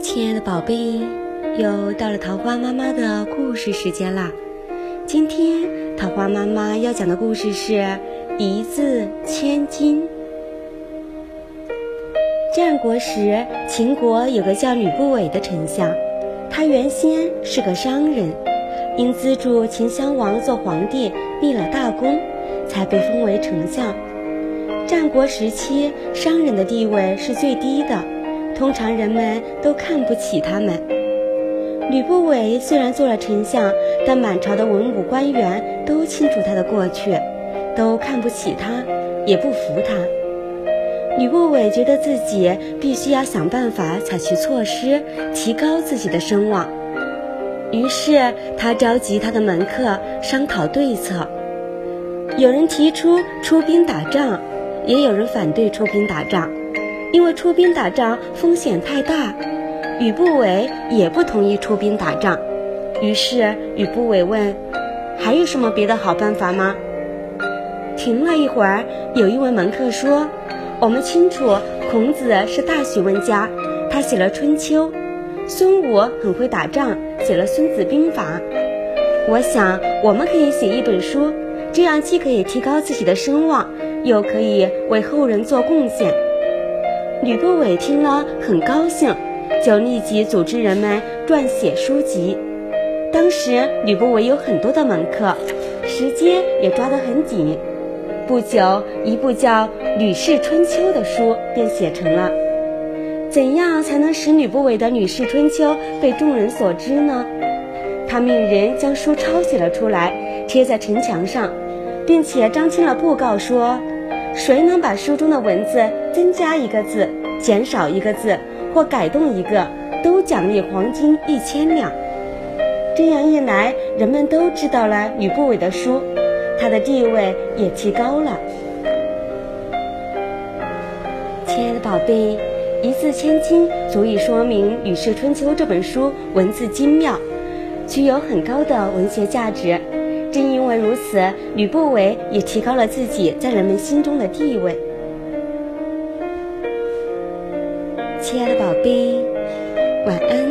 亲爱的宝贝，又到了桃花妈妈的故事时间啦。今天桃花妈妈要讲的故事是一字千金。战国时，秦国有个叫吕不韦的丞相，他原先是个商人，因资助秦襄王做皇帝立了大功，才被封为丞相。战国时期，商人的地位是最低的，通常人们都看不起他们。吕不韦虽然做了丞相，但满朝的文武官员都清楚他的过去，都看不起他，也不服他。吕不韦觉得自己必须要想办法采取措施，提高自己的声望。于是他召集他的门客商讨对策。有人提出出兵打仗，也有人反对出兵打仗，因为出兵打仗风险太大。吕不韦也不同意出兵打仗，于是吕不韦问：还有什么别的好办法吗？停了一会儿，有一位门客说：我们清楚孔子是大学问家，他写了《春秋》，孙武很会打仗，写了《孙子兵法》。我想我们可以写一本书，这样既可以提高自己的声望，又可以为后人做贡献。吕不韦听了很高兴，就立即组织人们撰写书籍。当时吕不韦有很多的门客，时间也抓得很紧。不久，一部叫《吕氏春秋》的书便写成了。怎样才能使吕不韦的《吕氏春秋》被众人所知呢？他命人将书抄写了出来，贴在城墙上，并且张贴了布告说：谁能把书中的文字增加一个字，减少一个字，或改动一个，都奖励黄金1000两。这样一来，人们都知道了吕不韦的书，他的地位也提高了。亲爱的宝贝，一字千金足以说明《吕氏春秋》这本书文字精妙，具有很高的文学价值。正因为如此，吕不韦也提高了自己在人们心中的地位。亲爱的宝贝，晚安。